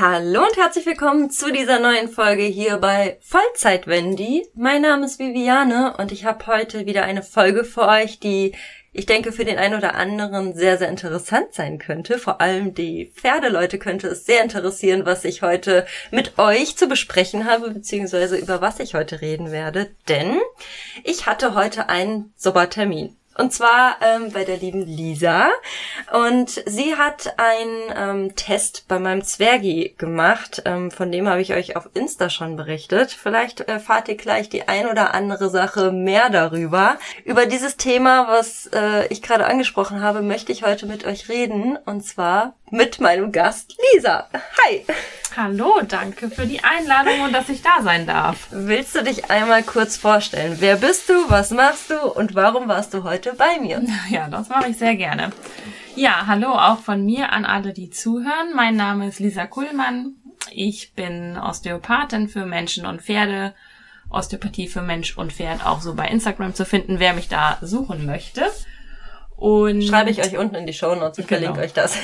Hallo und herzlich willkommen zu dieser neuen Folge hier bei Vollzeit-Wendy. Mein Name ist Viviane und ich habe heute wieder eine Folge für euch, die ich denke für den einen oder anderen sehr, sehr interessant sein könnte. Vor allem die Pferdeleute könnte es sehr interessieren, was ich heute mit euch zu besprechen habe, beziehungsweise über was ich heute reden werde. Denn ich hatte heute einen super Termin. Und zwar bei der lieben Lisa. Und sie hat einen Test bei meinem Zwergi gemacht. Von dem habe ich euch auf Insta schon berichtet. Vielleicht erfahrt ihr gleich die ein oder andere Sache mehr darüber. Über dieses Thema, was ich gerade angesprochen habe, möchte ich heute mit euch reden. Und zwar mit meinem Gast Lisa. Hi! Hallo, danke für die Einladung und dass ich da sein darf. Willst du dich einmal kurz vorstellen? Wer bist du, was machst du und warum warst du heute bei mir? Ja, das mache ich sehr gerne. Ja, hallo auch von mir an alle, die zuhören. Mein Name ist Lisa Kuhlmann. Ich bin Osteopathin für Menschen und Pferde. Osteopathie für Mensch und Pferd auch so bei Instagram zu finden, wer mich da suchen möchte. Und schreibe ich euch unten in die Shownotes, ich verlinke euch das.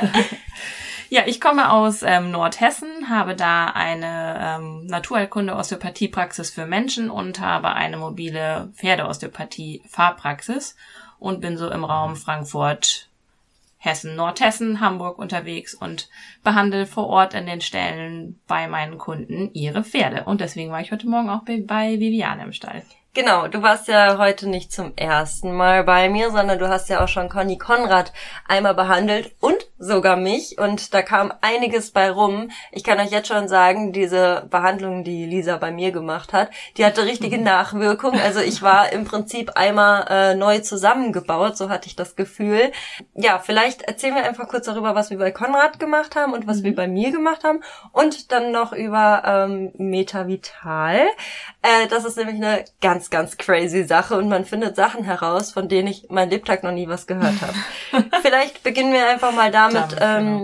Ja, ich komme aus Nordhessen, habe da eine Naturheilkunde-Osteopathie-Praxis für Menschen und habe eine mobile Pferdeosteopathie-Fahrpraxis und bin so im Raum Frankfurt, Hessen, Nordhessen, Hamburg unterwegs und behandle vor Ort in den Ställen bei meinen Kunden ihre Pferde. Und deswegen war ich heute Morgen auch bei Viviane im Stall. Genau, du warst ja heute nicht zum ersten Mal bei mir, sondern du hast ja auch schon Conny Konrad einmal behandelt und sogar mich und da kam einiges bei rum. Ich kann euch jetzt schon sagen, diese Behandlung, die Lisa bei mir gemacht hat, die hatte richtige Nachwirkung. Also ich war im Prinzip einmal neu zusammengebaut, so hatte ich das Gefühl. Ja, vielleicht erzählen wir einfach kurz darüber, was wir bei Konrad gemacht haben und was wir bei mir gemacht haben und dann noch über MetaVital. Das ist nämlich eine ganz crazy Sache und man findet Sachen heraus, von denen ich mein Lebtag noch nie was gehört habe. Vielleicht beginnen wir einfach mal damit,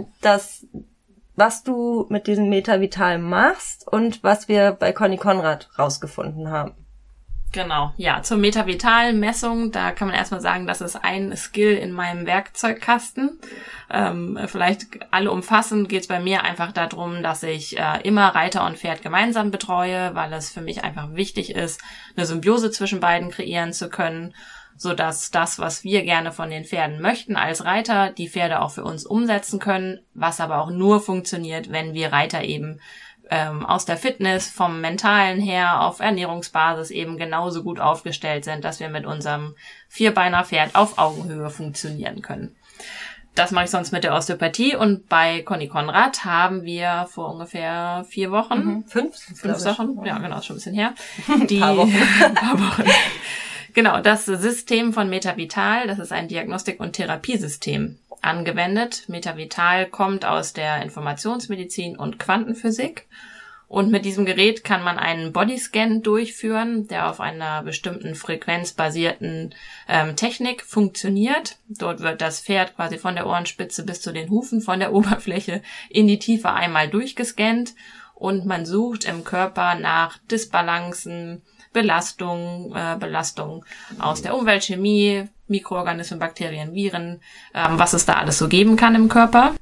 was du mit diesem MetaVital machst und was wir bei Conny Konrad rausgefunden haben. Genau, ja, zur MetaVital-Messung, da kann man erstmal sagen, das ist ein Skill in meinem Werkzeugkasten. Vielleicht allumfassend geht es bei mir einfach darum, dass ich immer Reiter und Pferd gemeinsam betreue, weil es für mich einfach wichtig ist, eine Symbiose zwischen beiden kreieren zu können, sodass das, was wir gerne von den Pferden möchten als Reiter, die Pferde auch für uns umsetzen können, was aber auch nur funktioniert, wenn wir Reiter eben aus der Fitness, vom Mentalen her, auf Ernährungsbasis eben genauso gut aufgestellt sind, dass wir mit unserem Vierbeiner-Pferd auf Augenhöhe funktionieren können. Das mache ich sonst mit der Osteopathie und bei Conny Konrad haben wir vor ungefähr 4 Wochen, 5 Wochen, ja genau, ist schon ein bisschen her, ein paar Wochen. Genau, das System von MetaVital, das ist ein Diagnostik- und Therapiesystem, angewendet. MetaVital kommt aus der Informationsmedizin und Quantenphysik und mit diesem Gerät kann man einen Bodyscan durchführen, der auf einer bestimmten frequenzbasierten Technik funktioniert. Dort wird das Pferd quasi von der Ohrenspitze bis zu den Hufen von der Oberfläche in die Tiefe einmal durchgescannt und man sucht im Körper nach Disbalancen, Belastung aus der Umweltchemie, Mikroorganismen, Bakterien, Viren, was es da alles so geben kann im Körper.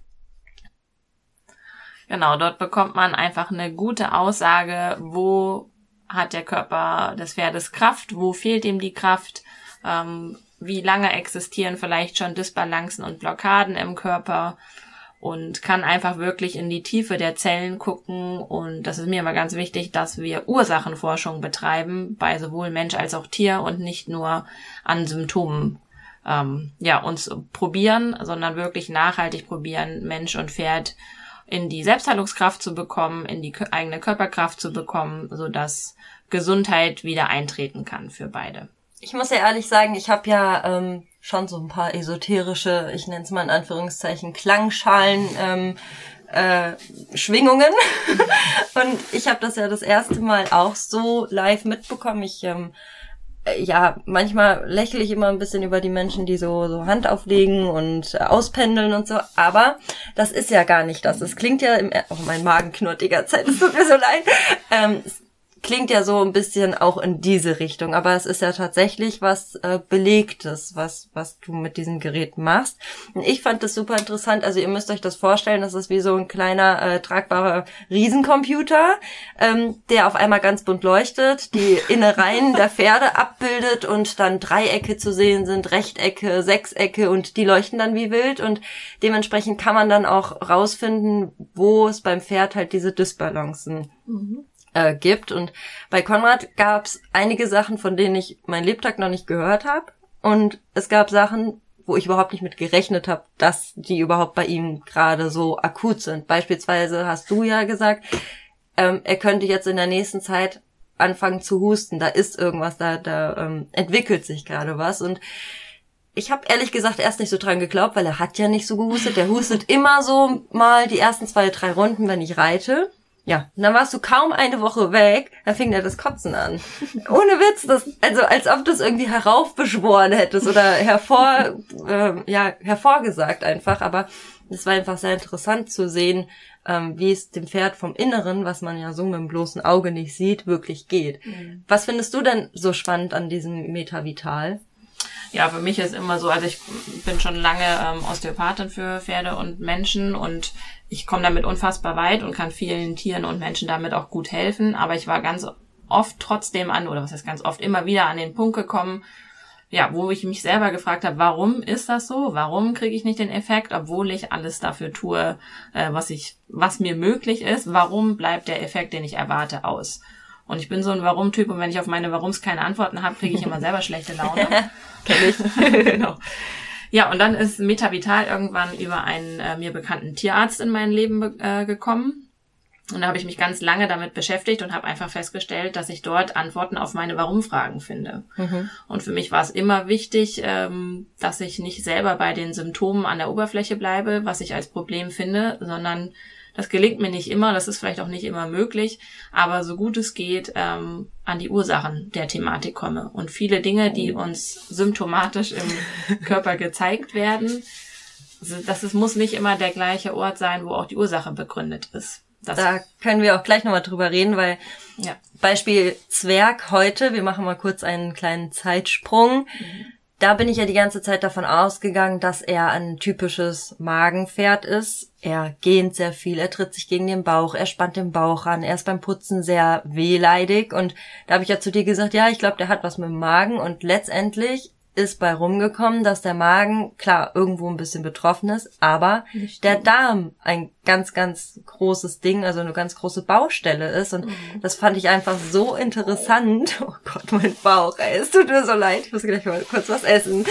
Genau, dort bekommt man einfach eine gute Aussage, wo hat der Körper des Pferdes Kraft, wo fehlt ihm die Kraft, wie lange existieren vielleicht schon Disbalancen und Blockaden im Körper und kann einfach wirklich in die Tiefe der Zellen gucken und das ist mir immer ganz wichtig, dass wir Ursachenforschung betreiben bei sowohl Mensch als auch Tier und nicht nur an Symptomen uns probieren, sondern wirklich nachhaltig probieren, Mensch und Pferd in die Selbstheilungskraft zu bekommen, in die eigene Körperkraft zu bekommen, sodass Gesundheit wieder eintreten kann für beide. Ich muss ja ehrlich sagen, ich habe ja schon so ein paar esoterische, ich nenne es mal in Anführungszeichen, Klangschalen, Schwingungen. Und ich habe das ja das erste Mal auch so live mitbekommen. Ich manchmal lächle ich immer ein bisschen über die Menschen, die so Hand auflegen und auspendeln und so, aber das ist ja gar nicht das. Es klingt ja mein Magen knurrt die ganze Zeit, es tut mir so leid. Es klingt ja so ein bisschen auch in diese Richtung, aber es ist ja tatsächlich was Belegtes, was du mit diesem Gerät machst. Und ich fand das super interessant. Also ihr müsst euch das vorstellen, das ist wie so ein kleiner tragbarer Riesencomputer, der auf einmal ganz bunt leuchtet, die Innereien der Pferde abbildet und dann Dreiecke zu sehen sind, Rechtecke, Sechsecke und die leuchten dann wie wild und dementsprechend kann man dann auch rausfinden, wo es beim Pferd halt diese Dysbalancen gibt. Und bei Konrad gab es einige Sachen, von denen ich mein Lebtag noch nicht gehört habe. Und es gab Sachen, wo ich überhaupt nicht mit gerechnet habe, dass die überhaupt bei ihm gerade so akut sind. Beispielsweise hast du ja gesagt, er könnte jetzt in der nächsten Zeit anfangen zu husten. Da ist irgendwas, da entwickelt sich gerade was. Und ich habe ehrlich gesagt erst nicht so dran geglaubt, weil er hat ja nicht so gehustet. Der hustet immer so mal die ersten 2, 3 Runden, wenn ich reite. Ja, und dann warst du kaum eine Woche weg, dann fing er das Kotzen an. Ohne Witz, also als ob du es irgendwie heraufbeschworen hättest oder hervorgesagt einfach. Aber es war einfach sehr interessant zu sehen, wie es dem Pferd vom Inneren, was man ja so mit dem bloßen Auge nicht sieht, wirklich geht. Mhm. Was findest du denn so spannend an diesem MetaVital? Ja, für mich ist immer so, also ich bin schon lange Osteopathin für Pferde und Menschen und ich komme damit unfassbar weit und kann vielen Tieren und Menschen damit auch gut helfen. Aber ich war ganz oft trotzdem immer wieder an den Punkt gekommen, ja, wo ich mich selber gefragt habe, warum ist das so? Warum kriege ich nicht den Effekt, obwohl ich alles dafür tue, was mir möglich ist? Warum bleibt der Effekt, den ich erwarte, aus? Und ich bin so ein Warum-Typ und wenn ich auf meine Warums keine Antworten habe, kriege ich immer selber schlechte Laune. Kenn ich. Genau. Ja, und dann ist MetaVital irgendwann über einen mir bekannten Tierarzt in mein Leben gekommen. Und da habe ich mich ganz lange damit beschäftigt und habe einfach festgestellt, dass ich dort Antworten auf meine Warum-Fragen finde. Mhm. Und für mich war es immer wichtig, dass ich nicht selber bei den Symptomen an der Oberfläche bleibe, was ich als Problem finde, sondern das gelingt mir nicht immer, das ist vielleicht auch nicht immer möglich, aber so gut es geht, an die Ursachen der Thematik komme. Und viele Dinge, die uns symptomatisch im Körper gezeigt werden, muss nicht immer der gleiche Ort sein, wo auch die Ursache begründet ist. Da können wir auch gleich nochmal drüber reden, weil Beispiel Zwerg heute, wir machen mal kurz einen kleinen Zeitsprung. Da bin ich ja die ganze Zeit davon ausgegangen, dass er ein typisches Magenpferd ist. Er gähnt sehr viel, er tritt sich gegen den Bauch, er spannt den Bauch an, er ist beim Putzen sehr wehleidig. Und da habe ich ja zu dir gesagt, ja, ich glaube, der hat was mit dem Magen. Und letztendlich ist bei rumgekommen, dass der Magen, klar, irgendwo ein bisschen betroffen ist, aber der Darm ein ganz, ganz großes Ding, also eine ganz große Baustelle ist. Und das fand ich einfach so interessant. Oh Gott, mein Bauch, ey, es tut mir so leid. Ich muss gleich mal kurz was essen.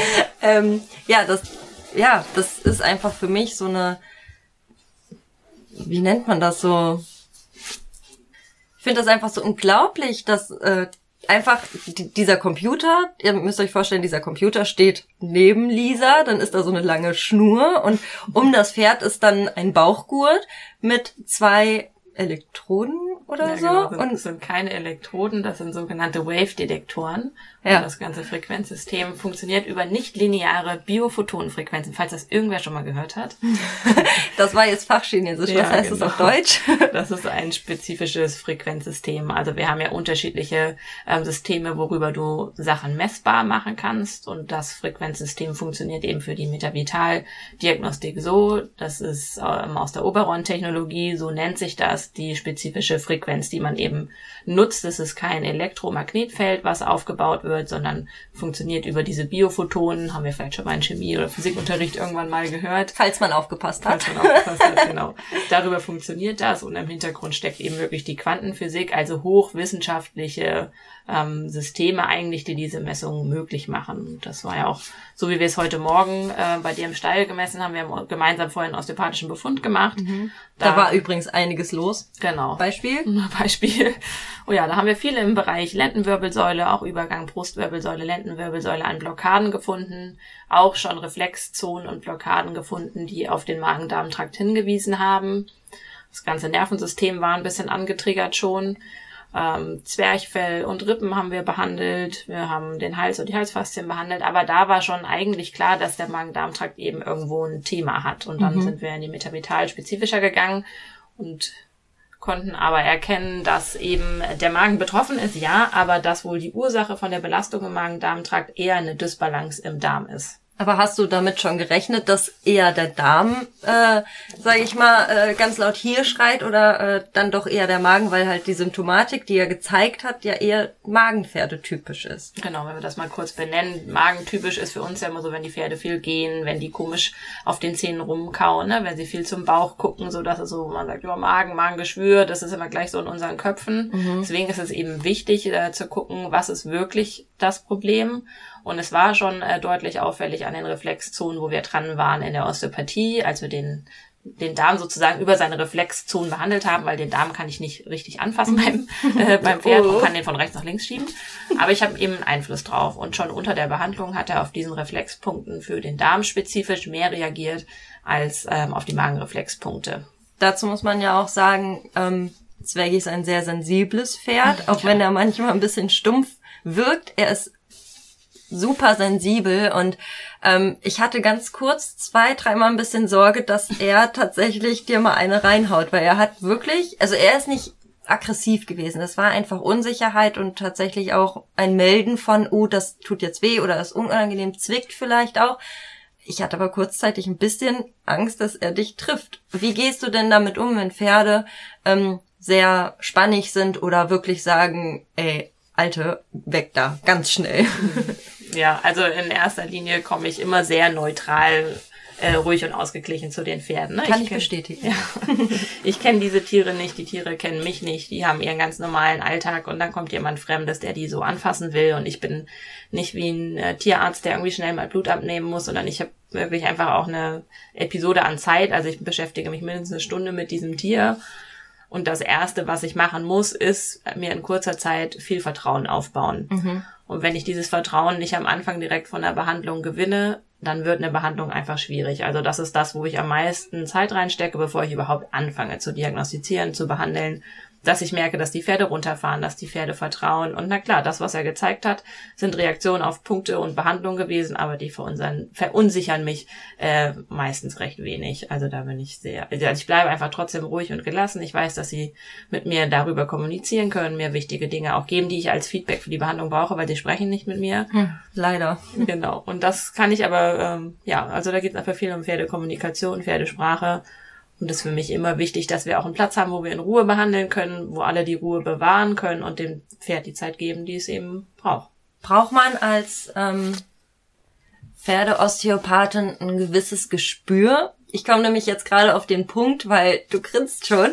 Das ist einfach für mich so eine, wie nennt man das so? Ich finde das einfach so unglaublich, dass einfach dieser Computer, ihr müsst euch vorstellen, dieser Computer steht neben Lisa, dann ist da so eine lange Schnur und um das Pferd ist dann ein Bauchgurt mit 2 Elektroden oder so. Genau, das sind keine Elektroden, das sind sogenannte Wave-Detektoren. Ja. Und das ganze Frequenzsystem funktioniert über nicht-lineare Biophotonenfrequenzen, falls das irgendwer schon mal gehört hat. Das war jetzt Fachchinesisch, was heißt das auf Deutsch? Das ist ein spezifisches Frequenzsystem. Also wir haben ja unterschiedliche Systeme, worüber du Sachen messbar machen kannst. Und das Frequenzsystem funktioniert eben für die MetaVital-Diagnostik so. Das ist aus der Oberon-Technologie, so nennt sich das, die spezifische Frequenz, die man eben nutzt. Es ist kein Elektromagnetfeld, was aufgebaut wird, sondern funktioniert über diese Biophotonen. Haben wir vielleicht schon mal in Chemie- oder Physikunterricht irgendwann mal gehört. Falls man aufgepasst hat. Genau. Darüber funktioniert das und im Hintergrund steckt eben wirklich die Quantenphysik, also hochwissenschaftliche Systeme eigentlich, die diese Messungen möglich machen. Und das war ja auch, so wie wir es heute Morgen bei dir im Stall gemessen haben, wir haben gemeinsam vorhin einen osteopathischen Befund gemacht. Mhm. Da war übrigens einiges los. Genau. Beispiel? Oh ja, da haben wir viel im Bereich Lendenwirbelsäule, auch Übergang Brustwirbelsäule, Lendenwirbelsäule an Blockaden gefunden, auch schon Reflexzonen und Blockaden gefunden, die auf den Magen-Darm-Trakt hingewiesen haben. Das ganze Nervensystem war ein bisschen angetriggert schon. Zwerchfell und Rippen haben wir behandelt, wir haben den Hals und die Halsfaszien behandelt, aber da war schon eigentlich klar, dass der Magen-Darm-Trakt eben irgendwo ein Thema hat und dann sind wir in die MetaVital spezifischer gegangen und konnten aber erkennen, dass eben der Magen betroffen ist, ja, aber dass wohl die Ursache von der Belastung im Magen-Darm-Trakt eher eine Dysbalance im Darm ist. Aber hast du damit schon gerechnet, dass eher der Darm, sage ich mal, ganz laut hier schreit oder dann doch eher der Magen, weil halt die Symptomatik, die er gezeigt hat, ja eher Magenpferdetypisch ist? Genau, wenn wir das mal kurz benennen. Magentypisch ist für uns ja immer so, wenn die Pferde viel gehen, wenn die komisch auf den Zähnen rumkauen, ne? Wenn sie viel zum Bauch gucken, so dass es so, man sagt, ja, Magengeschwür, das ist immer gleich so in unseren Köpfen. Deswegen ist es eben wichtig zu gucken, was ist wirklich das Problem. Und es war schon deutlich auffällig an den Reflexzonen, wo wir dran waren in der Osteopathie, als wir den Darm sozusagen über seine Reflexzonen behandelt haben, weil den Darm kann ich nicht richtig anfassen beim Pferd und kann den von rechts nach links schieben. Aber ich habe eben einen Einfluss drauf. Und schon unter der Behandlung hat er auf diesen Reflexpunkten für den Darm spezifisch mehr reagiert als auf die Magenreflexpunkte. Dazu muss man ja auch sagen, Zweggi ist ein sehr sensibles Pferd, auch wenn er manchmal ein bisschen stumpf wirkt. Er ist super sensibel und ich hatte ganz kurz 2-3 Mal ein bisschen Sorge, dass er tatsächlich dir mal eine reinhaut, weil er hat wirklich, also er ist nicht aggressiv gewesen, das war einfach Unsicherheit und tatsächlich auch ein Melden von, das tut jetzt weh oder ist unangenehm, zwickt vielleicht auch. Ich hatte aber kurzzeitig ein bisschen Angst, dass er dich trifft. Wie gehst du denn damit um, wenn Pferde sehr spannig sind oder wirklich sagen, ey, Alte, weg da, ganz schnell? Ja, also in erster Linie komme ich immer sehr neutral, ruhig und ausgeglichen zu den Pferden. Ne? Kann ich bestätigen. Ja. Ich kenne diese Tiere nicht, die Tiere kennen mich nicht, die haben ihren ganz normalen Alltag und dann kommt jemand Fremdes, der die so anfassen will und ich bin nicht wie ein Tierarzt, der irgendwie schnell mal Blut abnehmen muss, sondern ich habe wirklich einfach auch eine Episode an Zeit, also ich beschäftige mich mindestens eine Stunde mit diesem Tier. Und das Erste, was ich machen muss, ist mir in kurzer Zeit viel Vertrauen aufbauen. Und wenn ich dieses Vertrauen nicht am Anfang direkt von der Behandlung gewinne, dann wird eine Behandlung einfach schwierig. Also das ist das, wo ich am meisten Zeit reinstecke, bevor ich überhaupt anfange zu diagnostizieren, zu behandeln, dass ich merke, dass die Pferde runterfahren, dass die Pferde vertrauen. Und na klar, das, was er gezeigt hat, sind Reaktionen auf Punkte und Behandlung gewesen, aber die verunsichern mich meistens recht wenig. Also da bin ich ich bleibe einfach trotzdem ruhig und gelassen. Ich weiß, dass sie mit mir darüber kommunizieren können, mir wichtige Dinge auch geben, die ich als Feedback für die Behandlung brauche, weil sie sprechen nicht mit mir. Leider. Genau. Und das kann ich aber, also da geht es einfach viel um Pferdekommunikation, Pferdesprache. Und es ist für mich immer wichtig, dass wir auch einen Platz haben, wo wir in Ruhe behandeln können, wo alle die Ruhe bewahren können und dem Pferd die Zeit geben, die es eben braucht. Braucht man als Pferdeosteopathin ein gewisses Gespür? Ich komme nämlich jetzt gerade auf den Punkt, weil du grinst schon.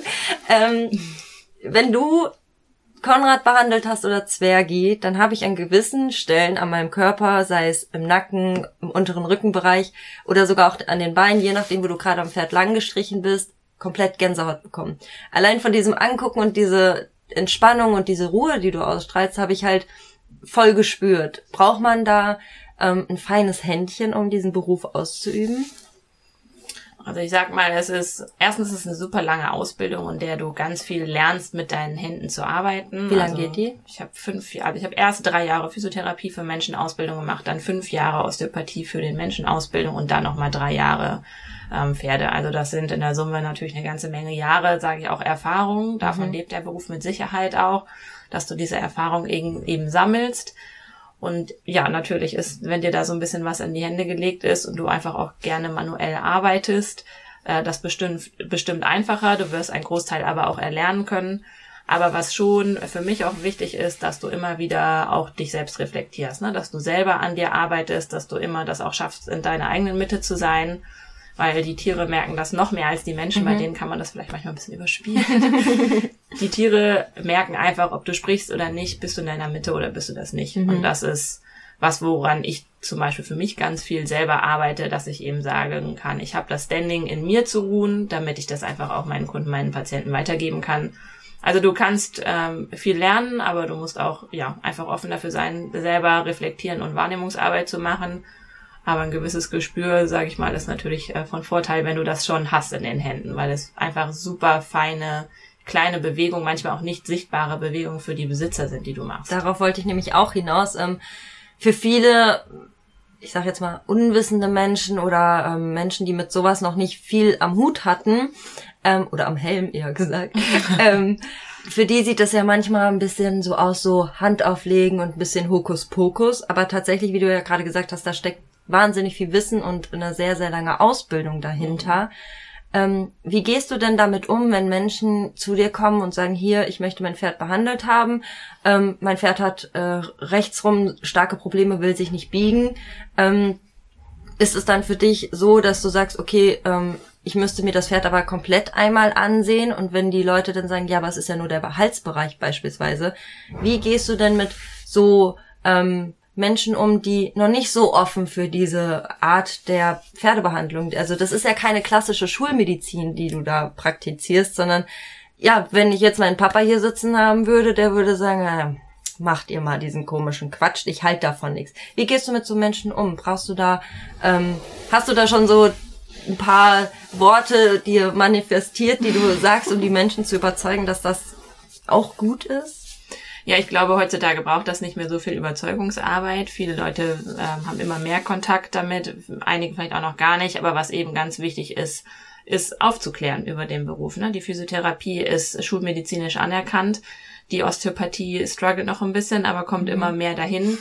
Wenn du Konrad behandelt hast oder Zwergi, dann habe ich an gewissen Stellen an meinem Körper, sei es im Nacken, im unteren Rückenbereich oder sogar auch an den Beinen, je nachdem, wo du gerade am Pferd lang gestrichen bist, komplett Gänsehaut bekommen. Allein von diesem Angucken und diese Entspannung und diese Ruhe, die du ausstrahlst, habe ich halt voll gespürt. Braucht man da ein feines Händchen, um diesen Beruf auszuüben? Also ich sag mal, erstens ist es eine super lange Ausbildung, in der du ganz viel lernst, mit deinen Händen zu arbeiten. Wie lange geht die? Ich habe erst 3 Jahre Physiotherapie für Menschenausbildung gemacht, dann 5 Jahre Osteopathie für den Menschenausbildung und dann nochmal 3 Jahre Pferde. Also das sind in der Summe natürlich eine ganze Menge Jahre, sage ich auch, Erfahrung. Davon lebt der Beruf mit Sicherheit auch, dass du diese Erfahrung eben sammelst. Und ja, natürlich ist, wenn dir da so ein bisschen was in die Hände gelegt ist und du einfach auch gerne manuell arbeitest, das bestimmt einfacher. Du wirst einen Großteil aber auch erlernen können. Aber was schon für mich auch wichtig ist, dass du immer wieder auch dich selbst reflektierst, ne? Dass du selber an dir arbeitest, dass du immer das auch schaffst, in deiner eigenen Mitte zu sein. Weil die Tiere merken das noch mehr als die Menschen, bei denen kann man das vielleicht manchmal ein bisschen überspielen. Die Tiere merken einfach, ob du sprichst oder nicht, bist du in deiner Mitte oder bist du das nicht. Und das ist was, woran ich zum Beispiel für mich ganz viel selber arbeite, dass ich eben sagen kann, ich habe das Standing in mir zu ruhen, damit ich das einfach auch meinen Kunden, meinen Patienten weitergeben kann. Also du kannst viel lernen, aber du musst auch einfach offen dafür sein, selber reflektieren und Wahrnehmungsarbeit zu machen. Aber ein gewisses Gespür, sage ich mal, ist natürlich von Vorteil, wenn du das schon hast in den Händen, weil es einfach super feine, kleine Bewegungen, manchmal auch nicht sichtbare Bewegungen für die Besitzer sind, die du machst. Darauf wollte ich nämlich auch hinaus. Für viele, ich sage jetzt mal, unwissende Menschen oder Menschen, die mit sowas noch nicht viel am Hut hatten, oder am Helm eher gesagt. Für die sieht das ja manchmal ein bisschen so aus, so Hand auflegen und ein bisschen Hokuspokus. Aber tatsächlich, wie du ja gerade gesagt hast, da steckt wahnsinnig viel Wissen und eine sehr, sehr lange Ausbildung dahinter. Wie gehst du denn damit um, wenn Menschen zu dir kommen und sagen, hier, ich möchte mein Pferd behandelt haben, mein Pferd hat rechtsrum starke Probleme, will sich nicht biegen. Ist es dann für dich so, dass du sagst, okay, ich müsste mir das Pferd aber komplett einmal ansehen, und wenn die Leute dann sagen, ja, aber es ist ja nur der Halsbereich beispielsweise, wie gehst du denn mit so Menschen um, die noch nicht so offen für diese Art der Pferdebehandlung, also das ist ja keine klassische Schulmedizin, die du da praktizierst, sondern ja, wenn ich jetzt meinen Papa hier sitzen haben würde, der würde sagen, macht ihr mal diesen komischen Quatsch, ich halte davon nichts. Wie gehst du mit so Menschen um? Brauchst du da, hast du da schon so ein paar Worte dir manifestiert, die du sagst, um die Menschen zu überzeugen, dass das auch gut ist? Ja, ich glaube, heutzutage braucht das nicht mehr so viel Überzeugungsarbeit. Viele Leute haben immer mehr Kontakt damit, einige vielleicht auch noch gar nicht. Aber was eben ganz wichtig ist, ist aufzuklären über den Beruf. Ne? Die Physiotherapie ist schulmedizinisch anerkannt. Die Osteopathie struggelt noch ein bisschen, aber kommt immer mehr dahin.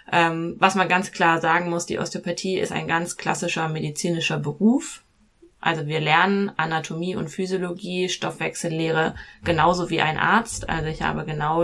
Was man ganz klar sagen muss, die Osteopathie ist ein ganz klassischer medizinischer Beruf. Also wir lernen Anatomie und Physiologie, Stoffwechsellehre genauso wie ein Arzt. Also ich habe genau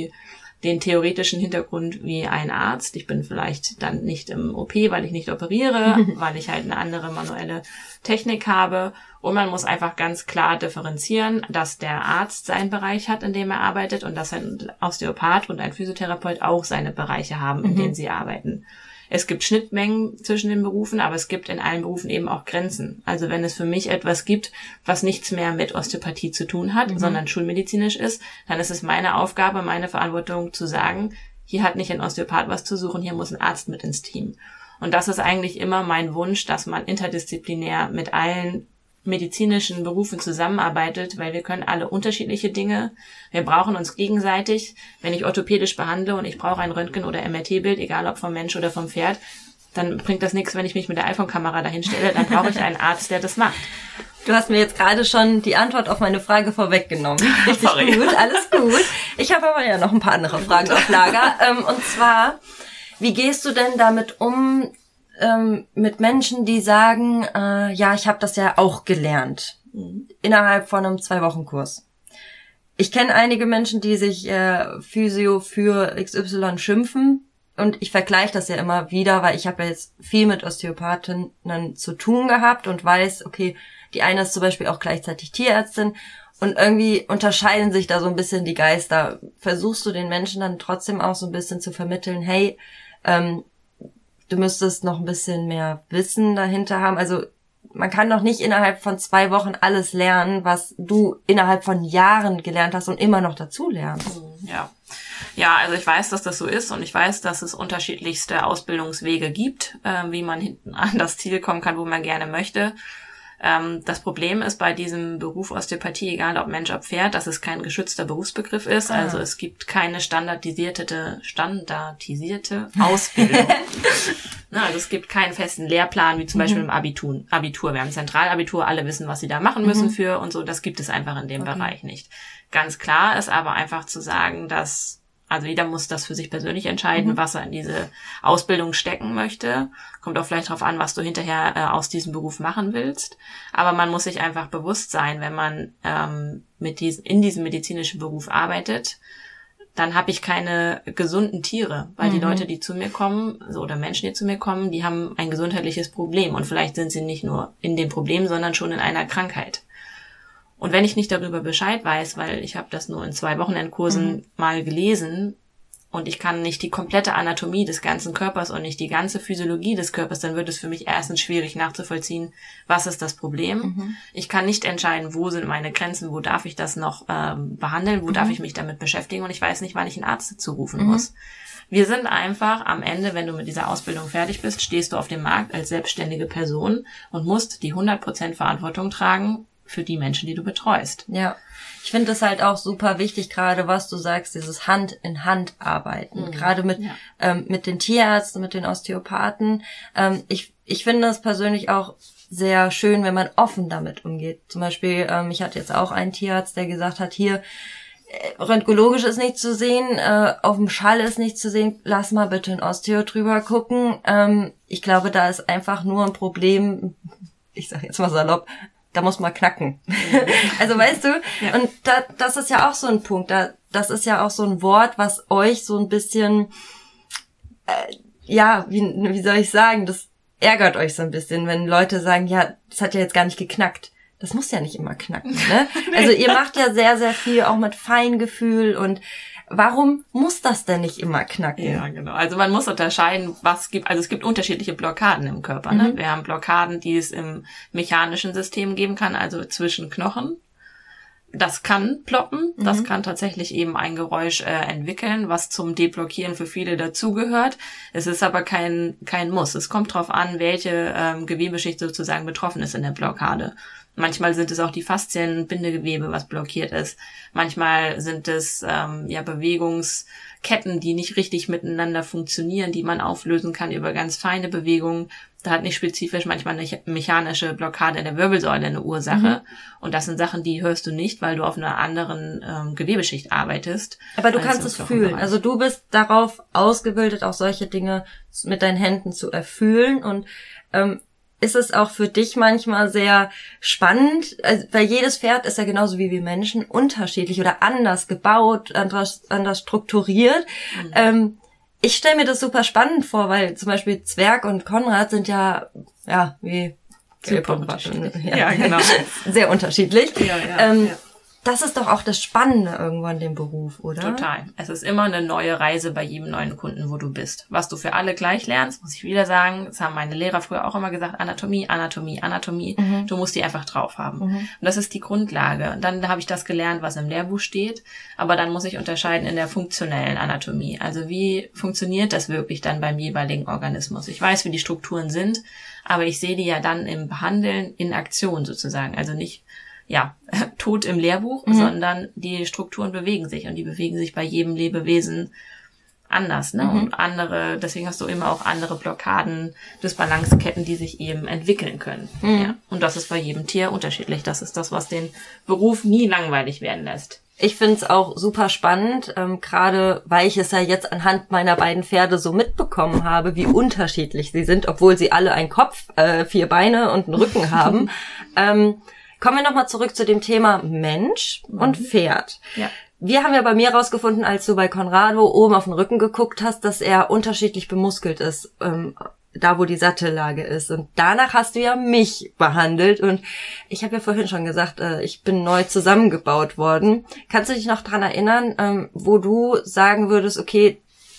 den theoretischen Hintergrund wie ein Arzt. Ich bin vielleicht dann nicht im OP, weil ich nicht operiere, weil ich halt eine andere manuelle Technik habe. Und man muss einfach ganz klar differenzieren, dass der Arzt seinen Bereich hat, in dem er arbeitet, und dass ein Osteopath und ein Physiotherapeut auch seine Bereiche haben, in denen sie arbeiten. Es gibt Schnittmengen zwischen den Berufen, aber es gibt in allen Berufen eben auch Grenzen. Also wenn es für mich etwas gibt, was nichts mehr mit Osteopathie zu tun hat, sondern schulmedizinisch ist, dann ist es meine Aufgabe, meine Verantwortung zu sagen, hier hat nicht ein Osteopath was zu suchen, hier muss ein Arzt mit ins Team. Und das ist eigentlich immer mein Wunsch, dass man interdisziplinär mit allen medizinischen Berufen zusammenarbeitet, weil wir können alle unterschiedliche Dinge. Wir brauchen uns gegenseitig. Wenn ich orthopädisch behandle und ich brauche ein Röntgen- oder MRT-Bild, egal ob vom Mensch oder vom Pferd, dann bringt das nichts, wenn ich mich mit der iPhone-Kamera dahin stelle. Dann brauche ich einen Arzt, der das macht. Du hast mir jetzt gerade schon die Antwort auf meine Frage vorweggenommen. Richtig Sorry. Gut, alles gut. Ich habe aber ja noch ein paar andere Fragen auf Lager. Und zwar, wie gehst du denn damit um, mit Menschen, die sagen, ja, ich habe das ja auch gelernt, innerhalb von einem 2-Wochen-Kurs. Ich kenne einige Menschen, die sich Physio für XY schimpfen, und ich vergleiche das ja immer wieder, weil ich habe ja jetzt viel mit Osteopathinnen zu tun gehabt und weiß, okay, die eine ist zum Beispiel auch gleichzeitig Tierärztin, und irgendwie unterscheiden sich da so ein bisschen die Geister. Versuchst du den Menschen dann trotzdem auch so ein bisschen zu vermitteln, hey, du müsstest noch ein bisschen mehr Wissen dahinter haben. Also man kann doch nicht innerhalb von 2 Wochen alles lernen, was du innerhalb von Jahren gelernt hast und immer noch dazu lernst. Ja, also ich weiß, dass das so ist, und ich weiß, dass es unterschiedlichste Ausbildungswege gibt, wie man hinten an das Ziel kommen kann, wo man gerne möchte. Das Problem ist bei diesem Beruf Osteopathie, egal ob Mensch, ob Pferd, dass es kein geschützter Berufsbegriff ist. Also es gibt keine standardisierte Ausbildung. Also es gibt keinen festen Lehrplan, wie zum Beispiel im Abitur. Wir haben Zentralabitur, alle wissen, was sie da machen müssen für und so. Das gibt es einfach in dem Bereich nicht. Ganz klar ist aber einfach zu sagen, dass, also jeder muss das für sich persönlich entscheiden, was er in diese Ausbildung stecken möchte. Kommt auch vielleicht darauf an, was du hinterher aus diesem Beruf machen willst. Aber man muss sich einfach bewusst sein, wenn man in diesem medizinischen Beruf arbeitet, dann habe ich keine gesunden Tiere, weil die Leute, die zu mir kommen, oder Menschen, die zu mir kommen, die haben ein gesundheitliches Problem, und vielleicht sind sie nicht nur in dem Problem, sondern schon in einer Krankheit. Und wenn ich nicht darüber Bescheid weiß, weil ich habe das nur in 2 Wochenendkursen mal gelesen, und ich kann nicht die komplette Anatomie des ganzen Körpers und nicht die ganze Physiologie des Körpers, dann wird es für mich erstens schwierig nachzuvollziehen, was ist das Problem. Ich kann nicht entscheiden, wo sind meine Grenzen, wo darf ich das noch behandeln, wo darf ich mich damit beschäftigen, und ich weiß nicht, wann ich einen Arzt dazu rufen muss. Wir sind einfach am Ende, wenn du mit dieser Ausbildung fertig bist, stehst du auf dem Markt als selbstständige Person und musst die 100% Verantwortung tragen für die Menschen, die du betreust. Ja. Ich finde das halt auch super wichtig, gerade was du sagst, dieses Hand in Hand arbeiten. Gerade mit den Tierärzten, mit den Osteopathen. Ich finde das persönlich auch sehr schön, wenn man offen damit umgeht. Zum Beispiel, ich hatte jetzt auch einen Tierarzt, der gesagt hat, hier, röntgologisch ist nicht zu sehen, auf dem Schall ist nicht zu sehen, lass mal bitte ein Osteo drüber gucken. Ich glaube, da ist einfach nur ein Problem, ich sag jetzt mal salopp, da muss man knacken. Also weißt du, ja. Und das ist ja auch so ein Punkt, das ist ja auch so ein Wort, was euch so ein bisschen, wie soll ich sagen, das ärgert euch so ein bisschen, wenn Leute sagen, ja, das hat ja jetzt gar nicht geknackt. Das muss ja nicht immer knacken, ne? Also ihr macht ja sehr, sehr viel auch mit Feingefühl und warum muss das denn nicht immer knacken? Ja, genau. Also man muss unterscheiden, es gibt unterschiedliche Blockaden im Körper, ne? Wir haben Blockaden, die es im mechanischen System geben kann, also zwischen Knochen. Das kann ploppen, das kann tatsächlich eben ein Geräusch entwickeln, was zum Deblockieren für viele dazugehört. Es ist aber kein Muss. Es kommt drauf an, welche Gewebeschicht sozusagen betroffen ist in der Blockade. Manchmal sind es auch die Faszienbindegewebe, was blockiert ist. Manchmal sind es Bewegungsketten, die nicht richtig miteinander funktionieren, die man auflösen kann über ganz feine Bewegungen. Da hat nicht spezifisch manchmal eine mechanische Blockade in der Wirbelsäule eine Ursache. Und das sind Sachen, die hörst du nicht, weil du auf einer anderen Gewebeschicht arbeitest. Aber du kannst es fühlen. Also du bist darauf ausgebildet, auch solche Dinge mit deinen Händen zu erfühlen. Und ist es auch für dich manchmal sehr spannend, weil jedes Pferd ist ja genauso wie wir Menschen unterschiedlich oder anders gebaut, anders strukturiert. Ich stelle mir das super spannend vor, weil zum Beispiel Zwerg und Konrad sind wie super unterschiedlich. Ja, genau. Sehr unterschiedlich. Ja. Das ist doch auch das Spannende irgendwo an dem Beruf, oder? Total. Es ist immer eine neue Reise bei jedem neuen Kunden, wo du bist. Was du für alle gleich lernst, muss ich wieder sagen, das haben meine Lehrer früher auch immer gesagt, Anatomie. Du musst die einfach drauf haben. Und das ist die Grundlage. Dann habe ich das gelernt, was im Lehrbuch steht, aber dann muss ich unterscheiden in der funktionellen Anatomie. Also wie funktioniert das wirklich dann beim jeweiligen Organismus? Ich weiß, wie die Strukturen sind, aber ich sehe die ja dann im Behandeln in Aktion sozusagen. Also nicht tot im Lehrbuch, sondern die Strukturen bewegen sich und die bewegen sich bei jedem Lebewesen anders, ne? Und deswegen hast du immer auch andere Blockaden, Dysbalanceketten, die sich eben entwickeln können. Ja. Und das ist bei jedem Tier unterschiedlich. Das ist das, was den Beruf nie langweilig werden lässt. Ich finde es auch super spannend, gerade weil ich es ja jetzt anhand meiner beiden Pferde so mitbekommen habe, wie unterschiedlich sie sind, obwohl sie alle einen Kopf, 4 Beine und einen Rücken haben. Kommen wir nochmal zurück zu dem Thema Mensch und Pferd. Ja. Wir haben ja bei mir rausgefunden, als du bei Conrado oben auf den Rücken geguckt hast, dass er unterschiedlich bemuskelt ist, da wo die Sattellage ist. Und danach hast du ja mich behandelt. Und ich habe ja vorhin schon gesagt, ich bin neu zusammengebaut worden. Kannst du dich noch dran erinnern, wo du sagen würdest, okay,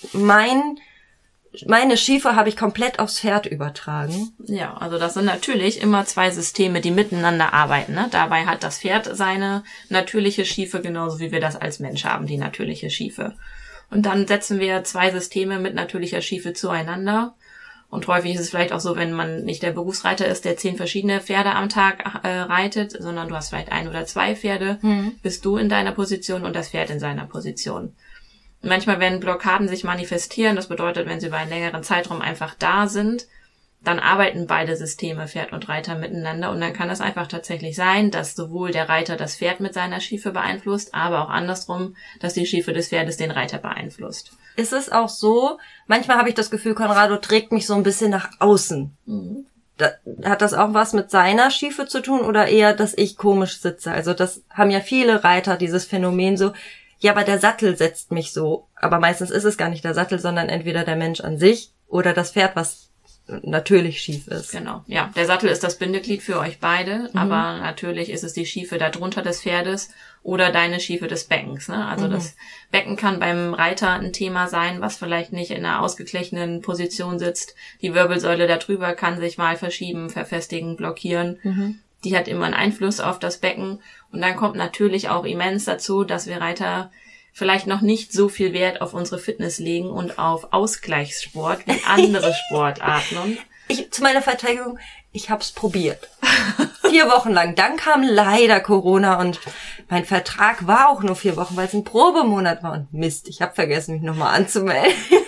meine Schiefe habe ich komplett aufs Pferd übertragen? Ja, also das sind natürlich immer 2 Systeme, die miteinander arbeiten, ne? Dabei hat das Pferd seine natürliche Schiefe, genauso wie wir das als Mensch haben, die natürliche Schiefe. Und dann setzen wir 2 Systeme mit natürlicher Schiefe zueinander. Und häufig ist es vielleicht auch so, wenn man nicht der Berufsreiter ist, der 10 verschiedene Pferde am Tag reitet, sondern du hast vielleicht 1 oder 2 Pferde, bist du in deiner Position und das Pferd in seiner Position. Manchmal, wenn Blockaden sich manifestieren, das bedeutet, wenn sie über einen längeren Zeitraum einfach da sind, dann arbeiten beide Systeme, Pferd und Reiter, miteinander. Und dann kann es einfach tatsächlich sein, dass sowohl der Reiter das Pferd mit seiner Schiefe beeinflusst, aber auch andersrum, dass die Schiefe des Pferdes den Reiter beeinflusst. Ist es auch so, manchmal habe ich das Gefühl, Conrado trägt mich so ein bisschen nach außen. Hat das auch was mit seiner Schiefe zu tun oder eher, dass ich komisch sitze? Also das haben ja viele Reiter, dieses Phänomen so, ja, aber der Sattel setzt mich so. Aber meistens ist es gar nicht der Sattel, sondern entweder der Mensch an sich oder das Pferd, was natürlich schief ist. Genau, ja. Der Sattel ist das Bindeglied für euch beide, aber natürlich ist es die Schiefe darunter des Pferdes oder deine Schiefe des Beckens, ne? Also das Becken kann beim Reiter ein Thema sein, was vielleicht nicht in einer ausgeglichenen Position sitzt. Die Wirbelsäule darüber kann sich mal verschieben, verfestigen, blockieren. Die hat immer einen Einfluss auf das Becken. Und dann kommt natürlich auch immens dazu, dass wir Reiter vielleicht noch nicht so viel Wert auf unsere Fitness legen und auf Ausgleichssport wie andere Sportarten. Zu meiner Verteidigung, ich hab's probiert. 4 Wochen lang. Dann kam leider Corona und mein Vertrag war auch nur 4 Wochen, weil es ein Probemonat war. Und Mist, ich habe vergessen, mich nochmal anzumelden.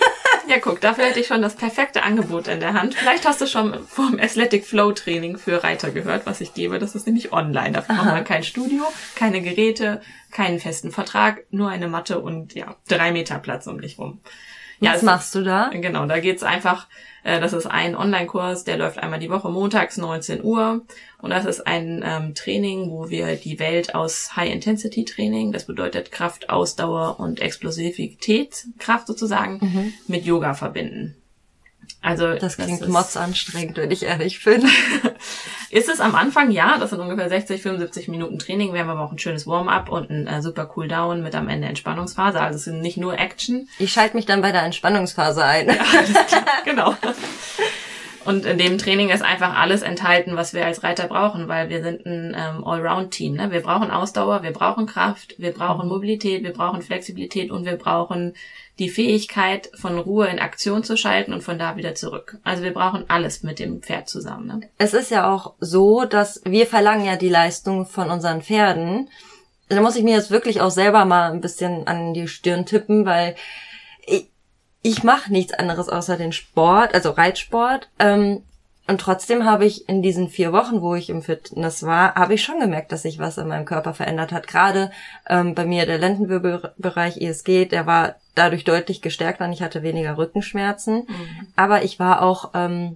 Ja, guck, dafür hätte ich schon das perfekte Angebot in der Hand. Vielleicht hast du schon vom Athletic Flow Training für Reiter gehört, was ich gebe. Das ist nämlich online. Dafür braucht man kein Studio, keine Geräte, keinen festen Vertrag, nur eine Matte und 3 Meter Platz um dich rum. Ja, was machst du da? Genau, da geht's einfach, das ist ein Online-Kurs, der läuft einmal die Woche montags 19 Uhr und das ist ein Training, wo wir die Welt aus High-Intensity-Training, das bedeutet Kraft, Ausdauer und Explosivität, Kraft sozusagen, mit Yoga verbinden. Also das klingt motzanstrengend, wenn ich ehrlich bin. Ist es am Anfang, ja, das sind ungefähr 60, 75 Minuten Training. Wir haben aber auch ein schönes Warm-up und ein super Cool-Down mit am Ende Entspannungsphase. Also es sind nicht nur Action. Ich schalte mich dann bei der Entspannungsphase ein. Ja, alles klar, genau. Und in dem Training ist einfach alles enthalten, was wir als Reiter brauchen, weil wir sind ein Allround-Team. Ne? Wir brauchen Ausdauer, wir brauchen Kraft, wir brauchen Mobilität, wir brauchen Flexibilität und wir brauchen die Fähigkeit, von Ruhe in Aktion zu schalten und von da wieder zurück. Also wir brauchen alles mit dem Pferd zusammen. Ne? Es ist ja auch so, dass wir verlangen ja die Leistung von unseren Pferden. Da muss ich mir jetzt wirklich auch selber mal ein bisschen an die Stirn tippen, weil ich mache nichts anderes außer den Sport, also Reitsport. Und trotzdem habe ich in diesen 4 Wochen, wo ich im Fitness war, habe ich schon gemerkt, dass sich was in meinem Körper verändert hat. Gerade bei mir der Lendenwirbelbereich ESG, der war dadurch deutlich gestärkt und ich hatte weniger Rückenschmerzen. Aber ich war auch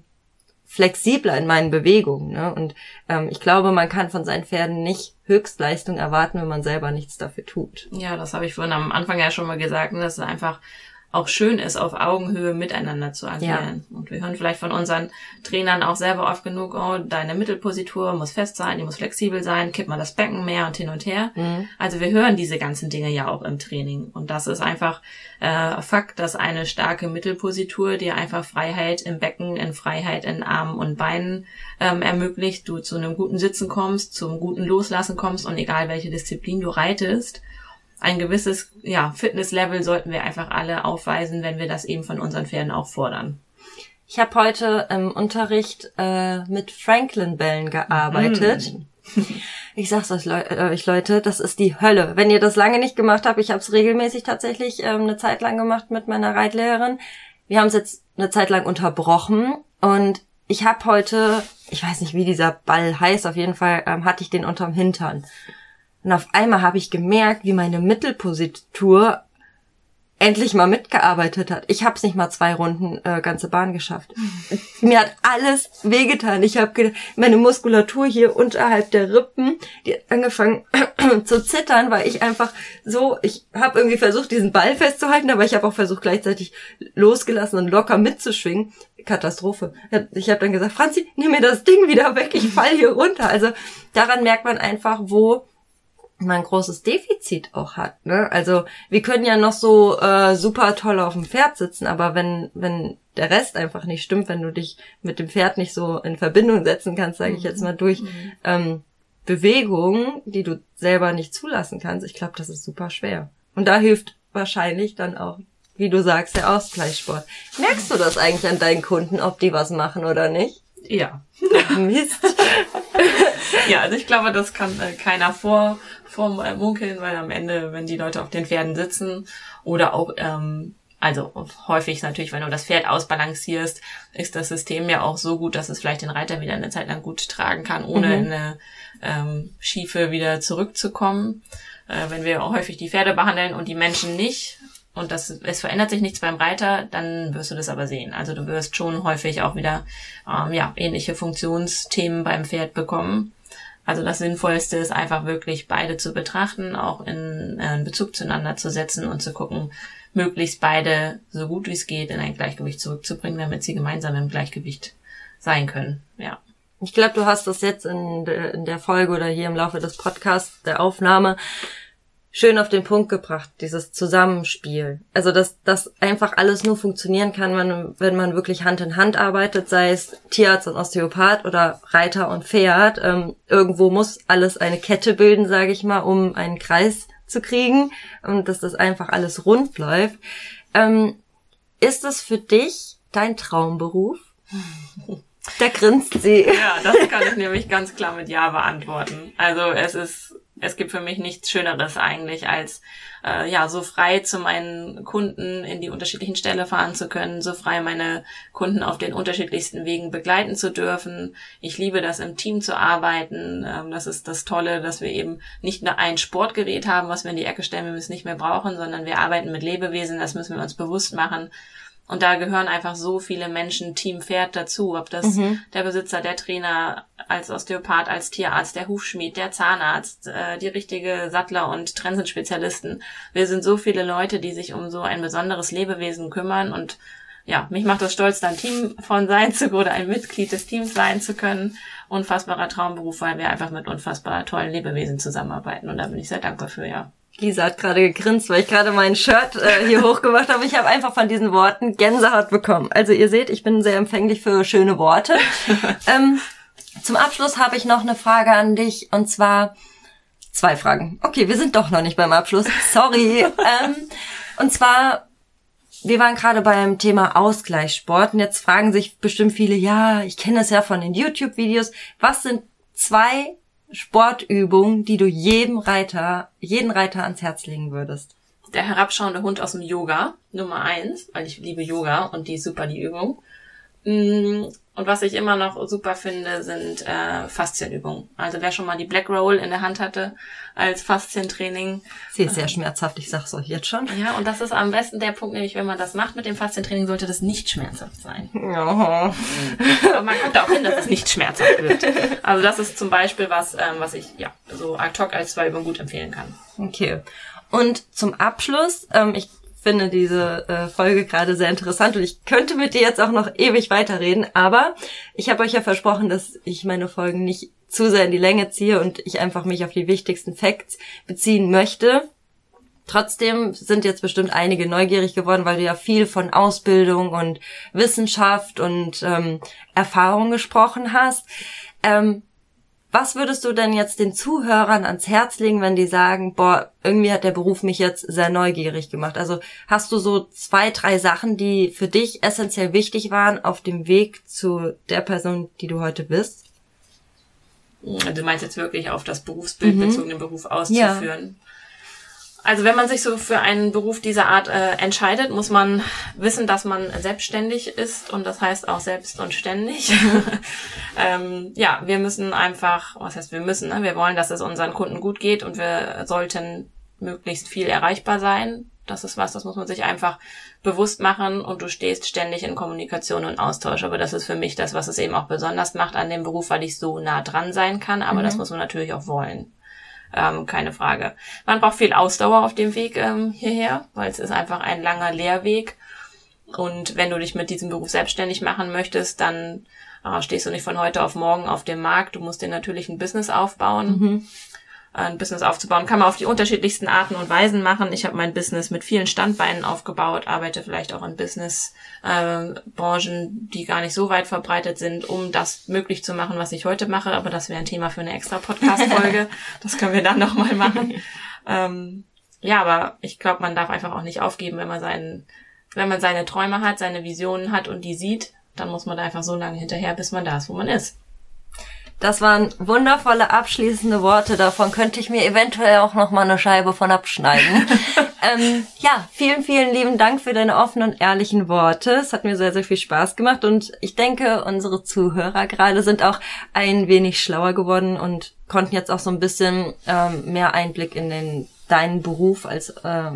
flexibler in meinen Bewegungen. Ne? Und ich glaube, man kann von seinen Pferden nicht Höchstleistung erwarten, wenn man selber nichts dafür tut. Ja, das habe ich vorhin am Anfang ja schon mal gesagt, dass es einfach auch schön ist, auf Augenhöhe miteinander zu agieren. Ja. Und wir hören vielleicht von unseren Trainern auch selber oft genug, oh, deine Mittelpositur muss fest sein, die muss flexibel sein, kipp mal das Becken mehr und hin und her. Also wir hören diese ganzen Dinge ja auch im Training. Und das ist einfach Fakt, dass eine starke Mittelpositur dir einfach Freiheit im Becken, in Freiheit in Armen und Beinen ermöglicht, du zu einem guten Sitzen kommst, zum guten Loslassen kommst und egal welche Disziplin du reitest, ein gewisses Fitnesslevel sollten wir einfach alle aufweisen, wenn wir das eben von unseren Pferden auch fordern. Ich habe heute im Unterricht mit Franklin-Bällen gearbeitet. Ich sag's euch Leute, das ist die Hölle. Wenn ihr das lange nicht gemacht habt, ich habe es regelmäßig tatsächlich eine Zeit lang gemacht mit meiner Reitlehrerin. Wir haben es jetzt eine Zeit lang unterbrochen und ich habe heute, ich weiß nicht, wie dieser Ball heißt, auf jeden Fall hatte ich den unterm Hintern. Und auf einmal habe ich gemerkt, wie meine Mittelpositur endlich mal mitgearbeitet hat. Ich habe es nicht mal 2 Runden ganze Bahn geschafft. Mir hat alles wehgetan. Ich habe meine Muskulatur hier unterhalb der Rippen, die hat angefangen zu zittern, weil ich einfach so, ich habe irgendwie versucht, diesen Ball festzuhalten, aber ich habe auch versucht, gleichzeitig losgelassen und locker mitzuschwingen. Katastrophe. Ich habe dann gesagt, Franzi, nimm mir das Ding wieder weg, ich fall hier runter. Also daran merkt man einfach, wo man ein großes Defizit auch hat, ne? Also wir können ja noch so super toll auf dem Pferd sitzen, aber wenn der Rest einfach nicht stimmt, wenn du dich mit dem Pferd nicht so in Verbindung setzen kannst, sage ich jetzt mal, durch Bewegungen, die du selber nicht zulassen kannst, ich glaube, das ist super schwer. Und da hilft wahrscheinlich dann auch, wie du sagst, der Ausgleichssport. Merkst du das eigentlich an deinen Kunden, ob die was machen oder nicht? Ja. Mist. Ja, also ich glaube, das kann keiner vormunkeln, weil am Ende, wenn die Leute auf den Pferden sitzen oder auch, also häufig natürlich, wenn du das Pferd ausbalancierst, ist das System ja auch so gut, dass es vielleicht den Reiter wieder eine Zeit lang gut tragen kann, ohne in eine Schiefe wieder zurückzukommen. Wenn wir auch häufig die Pferde behandeln und die Menschen nicht, und es verändert sich nichts beim Reiter, dann wirst du das aber sehen. Also du wirst schon häufig auch wieder ähnliche Funktionsthemen beim Pferd bekommen. Also das Sinnvollste ist einfach wirklich beide zu betrachten, auch in Bezug zueinander zu setzen und zu gucken, möglichst beide so gut wie es geht in ein Gleichgewicht zurückzubringen, damit sie gemeinsam im Gleichgewicht sein können. Ja. Ich glaube, du hast das jetzt in der Folge oder hier im Laufe des Podcasts, der Aufnahme, schön auf den Punkt gebracht, dieses Zusammenspiel. Also, dass das einfach alles nur funktionieren kann, wenn man wirklich Hand in Hand arbeitet, sei es Tierarzt und Osteopath oder Reiter und Pferd. Irgendwo muss alles eine Kette bilden, sage ich mal, um einen Kreis zu kriegen und dass das einfach alles rund läuft. Ist es für dich dein Traumberuf? Da grinst sie. Ja, das kann ich nämlich ganz klar mit Ja beantworten. Also es ist es gibt für mich nichts Schöneres eigentlich, als so frei zu meinen Kunden in die unterschiedlichen Ställe fahren zu können, so frei meine Kunden auf den unterschiedlichsten Wegen begleiten zu dürfen. Ich liebe das, im Team zu arbeiten. Das ist das Tolle, dass wir eben nicht nur ein Sportgerät haben, was wir in die Ecke stellen, wenn wir es nicht mehr brauchen, sondern wir arbeiten mit Lebewesen, das müssen wir uns bewusst machen. Und da gehören einfach so viele Menschen, Team Pferd dazu, ob das der Besitzer, der Trainer, als Osteopath, als Tierarzt, der Hufschmied, der Zahnarzt, die richtige Sattler- und Trennsenspezialisten. Wir sind so viele Leute, die sich um so ein besonderes Lebewesen kümmern und ja, mich macht das stolz, da ein Team von sein zu können oder ein Mitglied des Teams sein zu können. Unfassbarer Traumberuf, weil wir einfach mit unfassbar tollen Lebewesen zusammenarbeiten und da bin ich sehr dankbar für, ja. Lisa hat gerade gegrinst, weil ich gerade mein Shirt hier hochgemacht habe. Ich habe einfach von diesen Worten Gänsehaut bekommen. Also ihr seht, ich bin sehr empfänglich für schöne Worte. Zum Abschluss habe ich noch eine Frage an dich und zwar 2 Fragen. Okay, wir sind doch noch nicht beim Abschluss. Sorry. Und zwar, wir waren gerade beim Thema Ausgleichssport und jetzt fragen sich bestimmt viele, ja, ich kenne das ja von den YouTube-Videos. Was sind 2 Sportübungen, die du jedem Reiter ans Herz legen würdest? Der herabschauende Hund aus dem Yoga, Nummer 1, weil ich liebe Yoga und die ist super, die Übung. Und was ich immer noch super finde, sind Faszienübungen. Also wer schon mal die Black Roll in der Hand hatte als Faszientraining. Sie ist sehr schmerzhaft, ich sag's euch jetzt schon. Ja, und das ist am besten der Punkt, nämlich wenn man das macht mit dem Faszientraining, sollte das nicht schmerzhaft sein. Oh. Aber man kommt auch hin, dass es nicht schmerzhaft wird. Also das ist zum Beispiel was ich so ad hoc als 2 Übungen gut empfehlen kann. Okay. Und zum Abschluss, ich finde diese Folge gerade sehr interessant und ich könnte mit dir jetzt auch noch ewig weiterreden, aber ich habe euch ja versprochen, dass ich meine Folgen nicht zu sehr in die Länge ziehe und ich einfach mich auf die wichtigsten Facts beziehen möchte. Trotzdem sind jetzt bestimmt einige neugierig geworden, weil du ja viel von Ausbildung und Wissenschaft und Erfahrung gesprochen hast. Was würdest du denn jetzt den Zuhörern ans Herz legen, wenn die sagen, boah, irgendwie hat der Beruf mich jetzt sehr neugierig gemacht? Also hast du so 2, 3 Sachen, die für dich essentiell wichtig waren auf dem Weg zu der Person, die du heute bist? Du meinst jetzt wirklich auf das Berufsbild bezogen, den Beruf auszuführen? Ja. Also wenn man sich so für einen Beruf dieser Art entscheidet, muss man wissen, dass man selbstständig ist und das heißt auch selbst und ständig. Wir müssen einfach, was heißt wir müssen, ne? Wir wollen, dass es unseren Kunden gut geht und wir sollten möglichst viel erreichbar sein. Das ist das muss man sich einfach bewusst machen und du stehst ständig in Kommunikation und Austausch. Aber das ist für mich das, was es eben auch besonders macht an dem Beruf, weil ich so nah dran sein kann. Aber das muss man natürlich auch wollen. Keine Frage. Man braucht viel Ausdauer auf dem Weg hierher, weil es ist einfach ein langer Lehrweg. Und wenn du dich mit diesem Beruf selbstständig machen möchtest, dann stehst du nicht von heute auf morgen auf dem Markt. Du musst dir natürlich ein Business aufbauen. Ein Business aufzubauen kann man auf die unterschiedlichsten Arten und Weisen machen. Ich habe mein Business mit vielen Standbeinen aufgebaut, arbeite vielleicht auch in Business-Branchen, die gar nicht so weit verbreitet sind, um das möglich zu machen, was ich heute mache. Aber das wäre ein Thema für eine extra Podcast-Folge. Das können wir dann nochmal machen. Aber ich glaube, man darf einfach auch nicht aufgeben, wenn man seine Träume hat, seine Visionen hat und die sieht, dann muss man da einfach so lange hinterher, bis man da ist, wo man ist. Das waren wundervolle abschließende Worte. Davon könnte ich mir eventuell auch noch mal eine Scheibe von abschneiden. Vielen, vielen lieben Dank für deine offenen und ehrlichen Worte. Es hat mir sehr, sehr viel Spaß gemacht und ich denke, unsere Zuhörer gerade sind auch ein wenig schlauer geworden und konnten jetzt auch so ein bisschen mehr Einblick in deinen Beruf als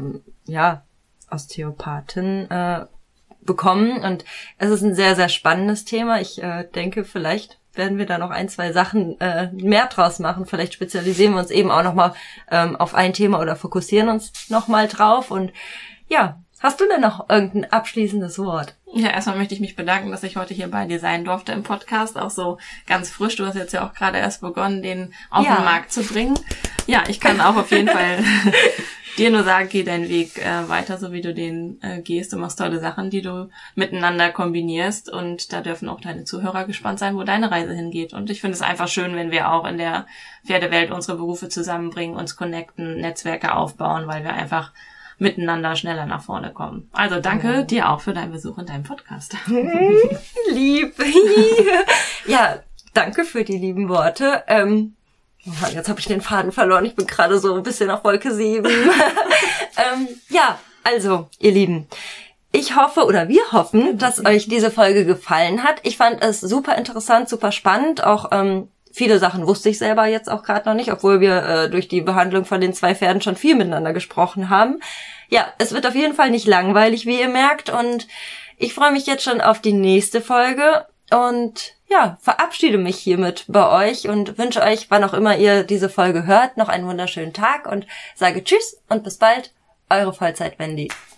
Osteopathin bekommen. Und es ist ein sehr, sehr spannendes Thema. Ich denke, vielleicht werden wir da noch 1, 2 Sachen mehr draus machen. Vielleicht spezialisieren wir uns eben auch nochmal auf ein Thema oder fokussieren uns nochmal drauf. Und ja, hast du denn noch irgendein abschließendes Wort? Ja, erstmal möchte ich mich bedanken, dass ich heute hier bei dir sein durfte im Podcast. Auch so ganz frisch. Du hast jetzt ja auch gerade erst begonnen, den auf den Markt zu bringen. Ja, ich kann auch auf jeden Fall dir nur sagen, geh deinen Weg weiter, so wie du den gehst. Du machst tolle Sachen, die du miteinander kombinierst und da dürfen auch deine Zuhörer gespannt sein, wo deine Reise hingeht. Und ich finde es einfach schön, wenn wir auch in der Pferdewelt unsere Berufe zusammenbringen, uns connecten, Netzwerke aufbauen, weil wir einfach miteinander schneller nach vorne kommen. Also danke dir auch für deinen Besuch in deinem Podcast. Lieb. Ja, danke für die lieben Worte. Oh, jetzt habe ich den Faden verloren. Ich bin gerade so ein bisschen auf Wolke 7. Ja, also, ihr Lieben, ich hoffe oder wir hoffen, dass euch diese Folge gefallen hat. Ich fand es super interessant, super spannend. Auch viele Sachen wusste ich selber jetzt auch gerade noch nicht, obwohl wir durch die Behandlung von den 2 Pferden schon viel miteinander gesprochen haben. Ja, es wird auf jeden Fall nicht langweilig, wie ihr merkt. Und ich freue mich jetzt schon auf die nächste Folge. Und ja, verabschiede mich hiermit bei euch und wünsche euch, wann auch immer ihr diese Folge hört, noch einen wunderschönen Tag und sage Tschüss und bis bald, eure Vollzeit-Wendy.